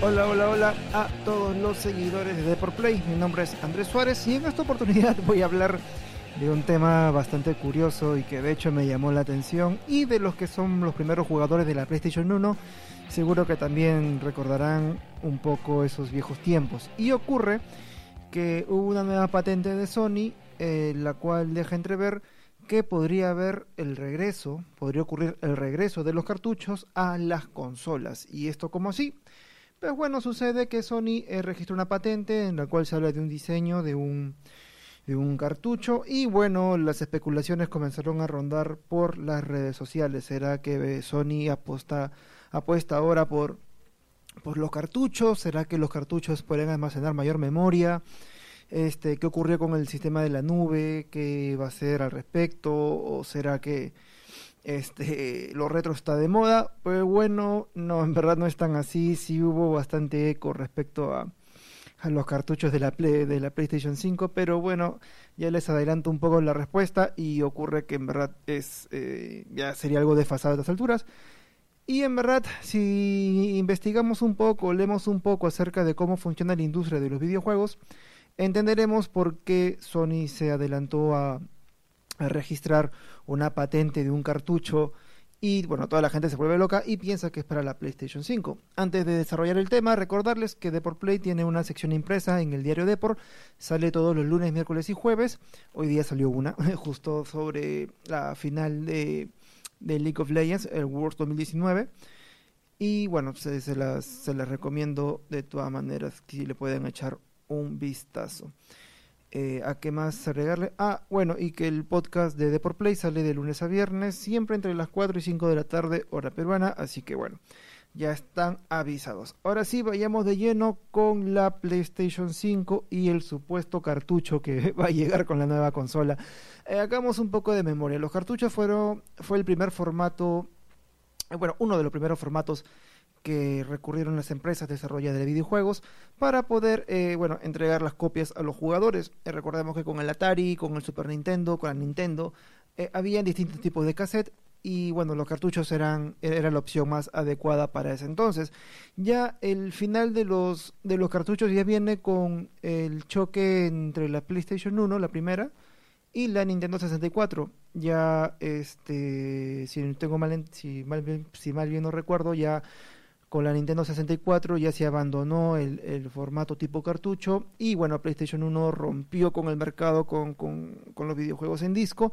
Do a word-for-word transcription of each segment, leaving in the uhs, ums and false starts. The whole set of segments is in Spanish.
Hola, hola, hola a todos los seguidores de DeporPlay. Mi nombre es Andrés Suárez y en esta oportunidad voy a hablar de un tema bastante curioso y que de hecho me llamó la atención, y de los que son los primeros jugadores de la PlayStation uno seguro que también recordarán un poco esos viejos tiempos. Y ocurre que hubo una nueva patente de Sony, eh, la cual deja entrever que podría haber el regreso, podría ocurrir el regreso de los cartuchos a las consolas. ¿Y esto cómo así? Pues bueno, sucede que Sony eh, registró una patente en la cual se habla de un diseño de un, de un cartucho, y bueno, las especulaciones comenzaron a rondar por las redes sociales. ¿Será que Sony apuesta, apuesta ahora por, por los cartuchos? ¿Será que los cartuchos pueden almacenar mayor memoria? Este, ¿qué ocurrió con el sistema de la nube? ¿Qué va a ser al respecto? ¿O será que este, lo retro está de moda? Pues bueno, no, en verdad no es tan así. Sí hubo bastante eco respecto a, a los cartuchos de la, Play, de la PlayStation cinco, pero bueno, ya les adelanto un poco la respuesta, y ocurre que en verdad es eh, ya sería algo desfasado a estas alturas. Y en verdad, si investigamos un poco, leemos un poco acerca de cómo funciona la industria de los videojuegos, entenderemos por qué Sony se adelantó a, a registrar una patente de un cartucho, y bueno, toda la gente se vuelve loca y piensa que es para la PlayStation cinco. Antes de desarrollar el tema, recordarles que DeporPlay tiene una sección impresa en el diario Deport, sale todos los lunes, miércoles y jueves. Hoy día salió una, justo sobre la final de, de League of Legends, el Worlds dos mil diecinueve. Y bueno, se, se, las, se las recomiendo de todas maneras, si le pueden echar un vistazo. Eh, ¿A qué más agregarle? Ah, bueno, y que el podcast de DeporPlay sale de lunes a viernes, siempre entre las cuatro y cinco de la tarde, hora peruana, así que bueno, ya están avisados. Ahora sí, vayamos de lleno con la PlayStation cinco y el supuesto cartucho que va a llegar con la nueva consola. Eh, hagamos un poco de memoria. Los cartuchos fueron, fue el primer formato, eh, bueno, uno de los primeros formatos que recurrieron las empresas desarrolladoras de videojuegos para poder, eh, bueno, entregar las copias a los jugadores. Eh, recordemos que con el Atari, con el Super Nintendo, con la Nintendo, eh, había distintos tipos de cassette, y bueno, los cartuchos eran era la opción más adecuada para ese entonces. Ya el final de los de los cartuchos ya viene con el choque entre la PlayStation uno, la primera, y la Nintendo sesenta y cuatro. Ya, este, si tengo mal, si mal, si mal bien no recuerdo, ya con la Nintendo sesenta y cuatro ya se abandonó el, el formato tipo cartucho, y bueno, PlayStation uno rompió con el mercado con, con, con los videojuegos en disco,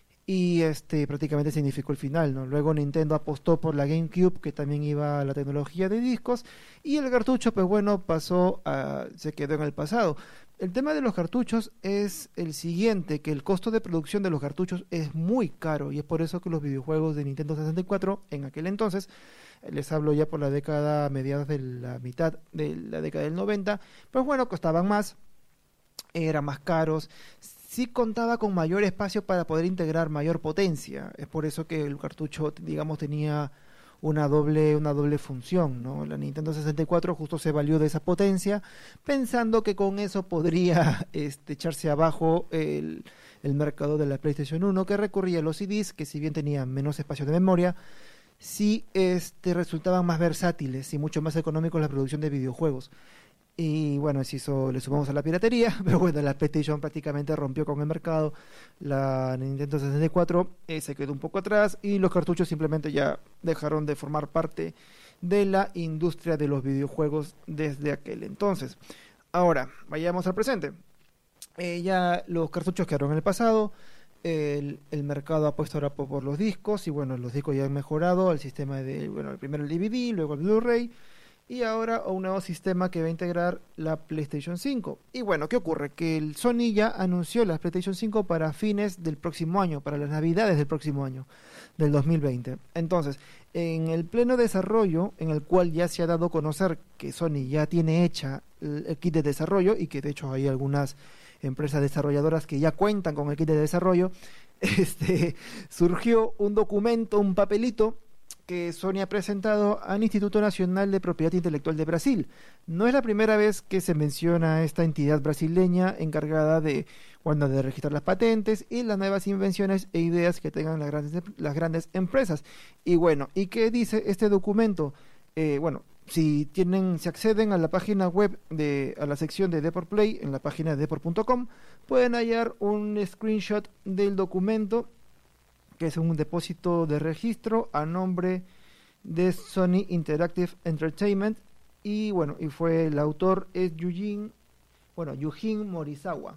y este prácticamente significó el final, ¿no? Luego Nintendo apostó por la GameCube, que también iba a la tecnología de discos, y el cartucho, pues bueno, pasó a, se quedó en el pasado. El tema de los cartuchos es el siguiente, que el costo de producción de los cartuchos es muy caro, y es por eso que los videojuegos de Nintendo sesenta y cuatro, en aquel entonces, les hablo ya por la década, mediados de la mitad de la década del noventa, pues bueno, costaban más, eran más caros, sí contaba con mayor espacio para poder integrar mayor potencia. Es por eso que el cartucho, digamos, tenía una doble, una doble función, ¿no? La Nintendo sesenta y cuatro justo se valió de esa potencia, pensando que con eso podría este, echarse abajo el, el mercado de la PlayStation uno, que recurría a los C Ds, que si bien tenían menos espacio de memoria, sí este, resultaban más versátiles y mucho más económicos la producción de videojuegos. Y bueno, si eso le sumamos a la piratería, pero bueno, la PlayStation prácticamente rompió con el mercado, la Nintendo sesenta y cuatro eh, se quedó un poco atrás, y los cartuchos simplemente ya dejaron de formar parte de la industria de los videojuegos desde aquel entonces. Ahora, vayamos al presente. Eh, ya los cartuchos quedaron en el pasado. El, el mercado ha puesto ahora por, por los discos, y bueno, los discos ya han mejorado el sistema de, bueno, primero el D V D, luego el Blu-ray, y ahora un nuevo sistema que va a integrar la PlayStation cinco. Y bueno, ¿qué ocurre? Que el Sony ya anunció la PlayStation cinco para fines del próximo año, para las navidades del próximo año, del dos mil veinte. Entonces, en el pleno desarrollo, en el cual ya se ha dado a conocer que Sony ya tiene hecha el, el kit de desarrollo, y que de hecho hay algunas empresas desarrolladoras que ya cuentan con el kit de desarrollo, este, surgió un documento, un papelito que Sony ha presentado al Instituto Nacional de Propiedad Intelectual de Brasil. No es la primera vez que se menciona esta entidad brasileña encargada de, bueno, de registrar las patentes y las nuevas invenciones e ideas que tengan las grandes, las grandes empresas. Y bueno, ¿y qué dice este documento? Eh, bueno, si tienen, si acceden a la página web de, a la sección de Deport Play, en la página de deport punto com, pueden hallar un screenshot del documento, que es un depósito de registro a nombre de Sony Interactive Entertainment, y bueno, y fue el autor es Yujin, bueno, Yujin Morisawa.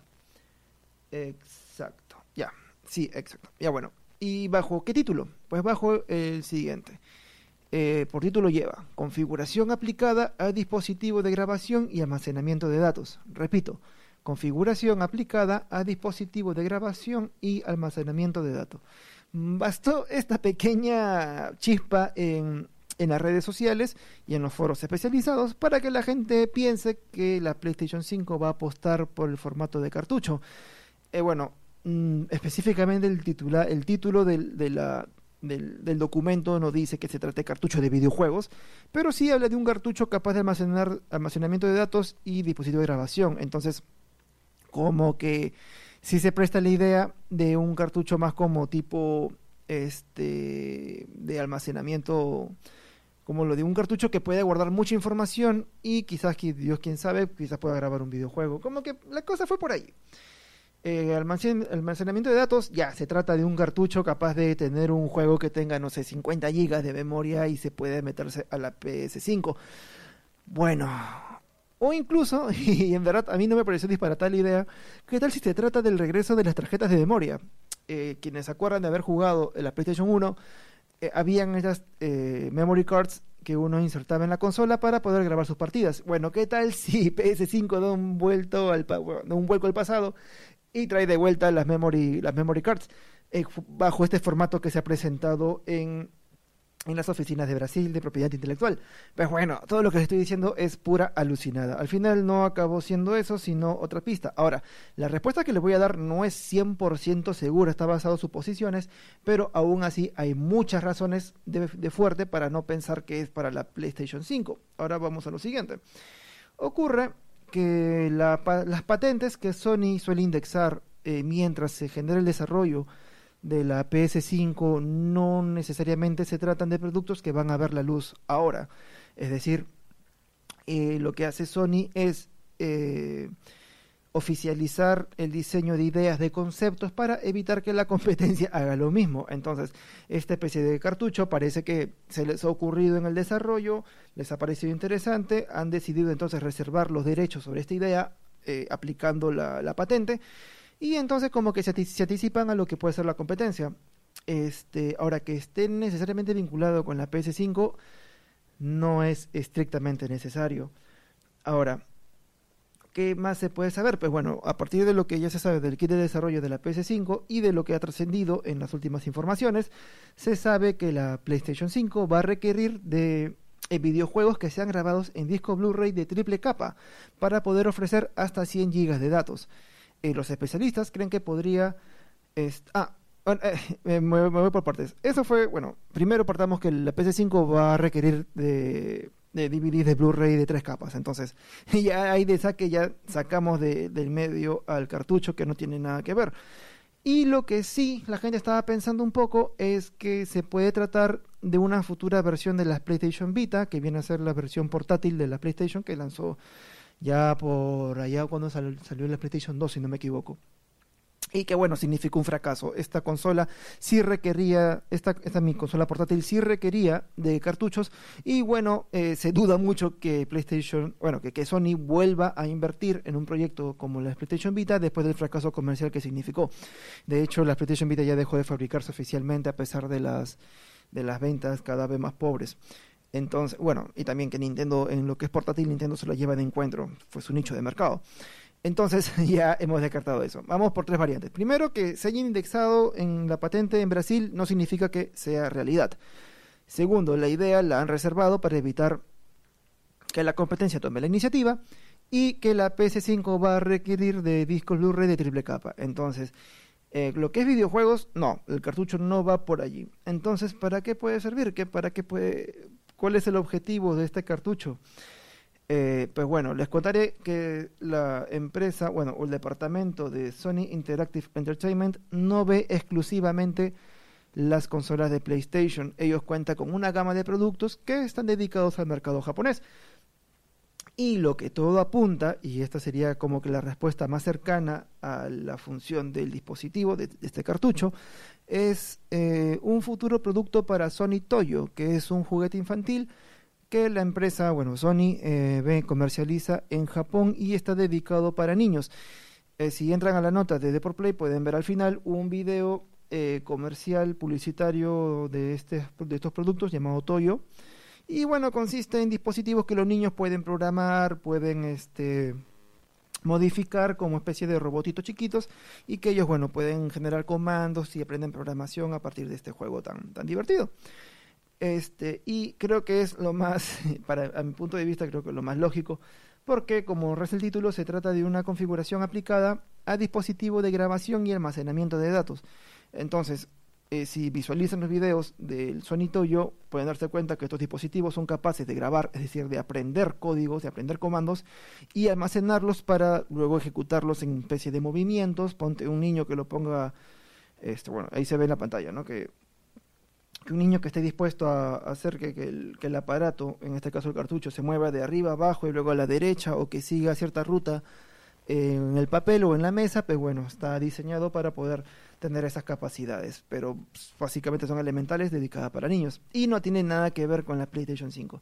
Exacto, ya, sí, exacto, ya bueno. ¿Y bajo qué título? Pues bajo el siguiente. Eh, por título lleva configuración aplicada a dispositivo de grabación y almacenamiento de datos. Repito, configuración aplicada a dispositivo de grabación y almacenamiento de datos. Bastó esta pequeña chispa en, en las redes sociales y en los foros especializados para que la gente piense que la PlayStation cinco va a apostar por el formato de cartucho. Eh, bueno, mmm, específicamente el, titula, el título del, de la, del, del documento no dice que se trate de cartucho de videojuegos, pero sí habla de un cartucho capaz de almacenar almacenamiento de datos y dispositivo de grabación. Entonces, como que sí se presta la idea de un cartucho más como tipo este de almacenamiento, como lo de un cartucho que puede guardar mucha información y quizás, Dios quién sabe, quizás pueda grabar un videojuego. Como que la cosa fue por ahí. Eh, almacen, almacenamiento de datos, ya, se trata de un cartucho capaz de tener un juego que tenga, no sé, cincuenta gigas de memoria y se puede meterse a la P S cinco. Bueno, o incluso, y en verdad a mí no me pareció disparatada la idea, ¿qué tal si se trata del regreso de las tarjetas de memoria? Eh, quienes se acuerdan de haber jugado en la PlayStation uno, eh, habían estas eh, memory cards que uno insertaba en la consola para poder grabar sus partidas. Bueno, ¿qué tal si P S cinco da un, vuelto al, da un vuelco al pasado y trae de vuelta las memory, las memory cards eh, bajo este formato que se ha presentado en, en las oficinas de Brasil de propiedad intelectual? Pues bueno, todo lo que les estoy diciendo es pura alucinada. Al final no acabó siendo eso, sino otra pista. Ahora, la respuesta que les voy a dar no es cien por ciento segura, está basado en suposiciones, pero aún así hay muchas razones de, de fuerte para no pensar que es para la PlayStation cinco. Ahora vamos a lo siguiente. Ocurre que la, las patentes que Sony suele indexar eh, mientras se genera el desarrollo de la P S cinco no necesariamente se tratan de productos que van a ver la luz ahora. Es decir, eh, lo que hace Sony es eh, oficializar el diseño de ideas, de conceptos, para evitar que la competencia haga lo mismo. Entonces, esta especie de cartucho parece que se les ha ocurrido en el desarrollo, les ha parecido interesante, han decidido entonces reservar los derechos sobre esta idea eh, aplicando la, la patente, y entonces como que se, se anticipan a lo que puede ser la competencia. Este, ahora, que esté necesariamente vinculado con la P S cinco no es estrictamente necesario. Ahora, ¿qué más se puede saber? Pues bueno, a partir de lo que ya se sabe del kit de desarrollo de la P S cinco y de lo que ha trascendido en las últimas informaciones, se sabe que la PlayStation cinco va a requerir de eh, videojuegos que sean grabados en disco Blu-ray de triple capa para poder ofrecer hasta cien gigas de datos. Eh, los especialistas creen que podría... Est- ah, bueno, eh, me, me voy por partes. Eso fue, bueno, primero partamos que la P S cinco va a requerir de... de D V Ds de Blu-ray de tres capas. Entonces, ya ahí de saque ya sacamos de, del medio al cartucho, que no tiene nada que ver. Y lo que sí la gente estaba pensando un poco es que se puede tratar de una futura versión de la PlayStation Vita, que viene a ser la versión portátil de la PlayStation, que lanzó ya por allá cuando sal, salió la PlayStation dos, si no me equivoco. Y que bueno, significó un fracaso. Esta consola sí requería, esta, esta mi consola portátil sí requería de cartuchos, y bueno, eh, se duda mucho que PlayStation, bueno, que, que Sony vuelva a invertir en un proyecto como la PlayStation Vita después del fracaso comercial que significó. De hecho, la PlayStation Vita ya dejó de fabricarse oficialmente a pesar de las, de las ventas cada vez más pobres. Entonces, bueno, y también que Nintendo, en lo que es portátil, Nintendo se lo lleva de encuentro, fue su nicho de mercado. Entonces ya hemos descartado eso. Vamos por tres variantes. Primero, que se haya indexado en la patente en Brasil no significa que sea realidad. Segundo, la idea la han reservado para evitar que la competencia tome la iniciativa, y que la P S cinco va a requerir de discos Blu-ray de triple capa. Entonces, eh, lo que es videojuegos, no, el cartucho no va por allí. Entonces, ¿para qué puede servir? ¿Qué, para qué puede, ¿Cuál es el objetivo de este cartucho? Eh, pues bueno, les contaré que la empresa, bueno, o el departamento de Sony Interactive Entertainment no ve exclusivamente las consolas de PlayStation. Ellos cuentan con una gama de productos que están dedicados al mercado japonés. Y lo que todo apunta, y esta sería como que la respuesta más cercana a la función del dispositivo, de, de este cartucho, es eh, un futuro producto para Sony Toyo, que es un juguete infantil que la empresa, bueno, Sony eh, ve, comercializa en Japón y está dedicado para niños. Eh, si entran a la nota de Deport Play pueden ver al final un video eh, comercial publicitario de, este, de estos productos llamado Toyo. Y bueno, consiste en dispositivos que los niños pueden programar, pueden este, modificar como especie de robotitos chiquitos y que ellos, bueno, pueden generar comandos y aprenden programación a partir de este juego tan, tan divertido. Este, y creo que es lo más, para, a mi punto de vista, creo que es lo más lógico, porque como reza el título, se trata de una configuración aplicada a dispositivo de grabación y almacenamiento de datos. Entonces, Eh, si visualizan los videos del Sony Toyo, pueden darse cuenta que estos dispositivos son capaces de grabar, es decir, de aprender códigos, de aprender comandos y almacenarlos para luego ejecutarlos en especie de movimientos. Ponte un niño que lo ponga, este, bueno, ahí se ve en la pantalla, ¿no? Que, que un niño que esté dispuesto a, a hacer que, que, el, que el aparato, en este caso el cartucho, se mueva de arriba a abajo y luego a la derecha, o que siga cierta ruta en el papel o en la mesa, pues bueno, está diseñado para poder tener esas capacidades, pero pues, básicamente son elementales dedicadas para niños y no tiene nada que ver con la PlayStation cinco.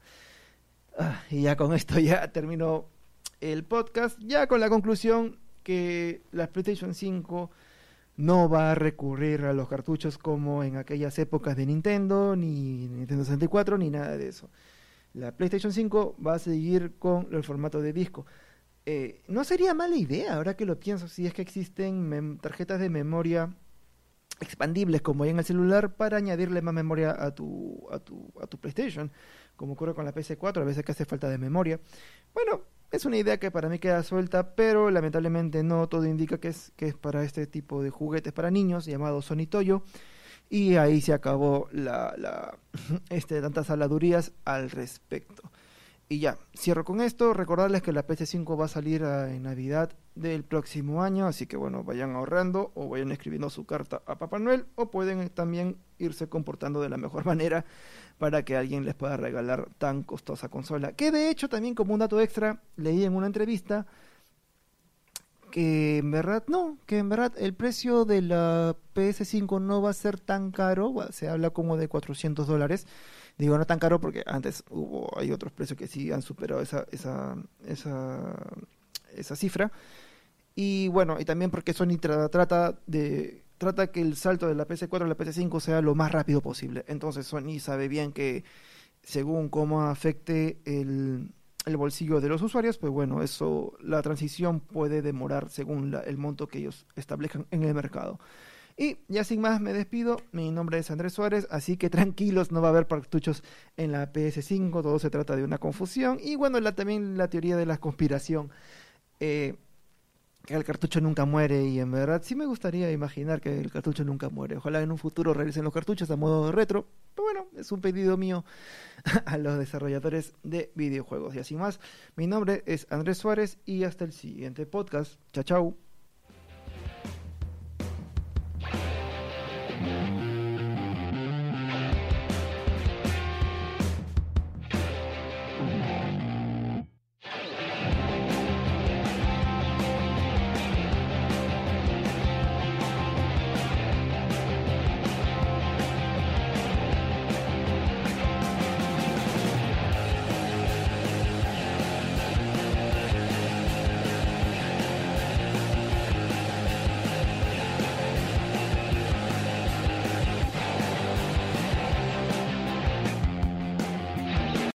Ah, y ya con esto ya termino el podcast, ya con la conclusión que la PlayStation cinco no va a recurrir a los cartuchos como en aquellas épocas de Nintendo, ni Nintendo sesenta y cuatro, ni nada de eso. La PlayStation cinco va a seguir con el formato de disco. Eh, no sería mala idea, ahora que lo pienso, si es que existen mem- tarjetas de memoria expandibles como hay en el celular para añadirle más memoria a tu, a tu, a tu PlayStation, como ocurre con la P S cuatro, a veces que hace falta de memoria. Bueno, es una idea que para mí queda suelta, pero lamentablemente no todo indica que es, que es para este tipo de juguetes para niños, llamado Sony Toyo, y ahí se acabó la, la este, tantas habladurías al respecto. Y ya, cierro con esto, recordarles que la P S cinco va a salir a, en Navidad del próximo año, así que bueno, vayan ahorrando o vayan escribiendo su carta a Papá Noel, o pueden también irse comportando de la mejor manera para que alguien les pueda regalar tan costosa consola. Que de hecho también, como un dato extra, leí en una entrevista que en verdad no, que en verdad el precio de la P S cinco no va a ser tan caro, se habla como de cuatrocientos dólares. Digo, no tan caro porque antes hubo, hay otros precios que sí han superado esa, esa, esa, esa cifra. Y bueno, y también porque Sony tra- trata de trata que el salto de la P S cuatro a la P S cinco sea lo más rápido posible. Entonces Sony sabe bien que según cómo afecte el, el bolsillo de los usuarios, pues bueno, eso, la transición puede demorar según la, el monto que ellos establezcan en el mercado. Y ya sin más me despido, mi nombre es Andrés Suárez, así que tranquilos, no va a haber cartuchos en la P S cinco, todo se trata de una confusión. Y bueno, la, también la teoría de la conspiración, eh, que el cartucho nunca muere, y en verdad sí me gustaría imaginar que el cartucho nunca muere. Ojalá en un futuro regresen los cartuchos a modo retro, pero bueno, es un pedido mío a los desarrolladores de videojuegos. Y así más, mi nombre es Andrés Suárez y hasta el siguiente podcast. Chao, chao.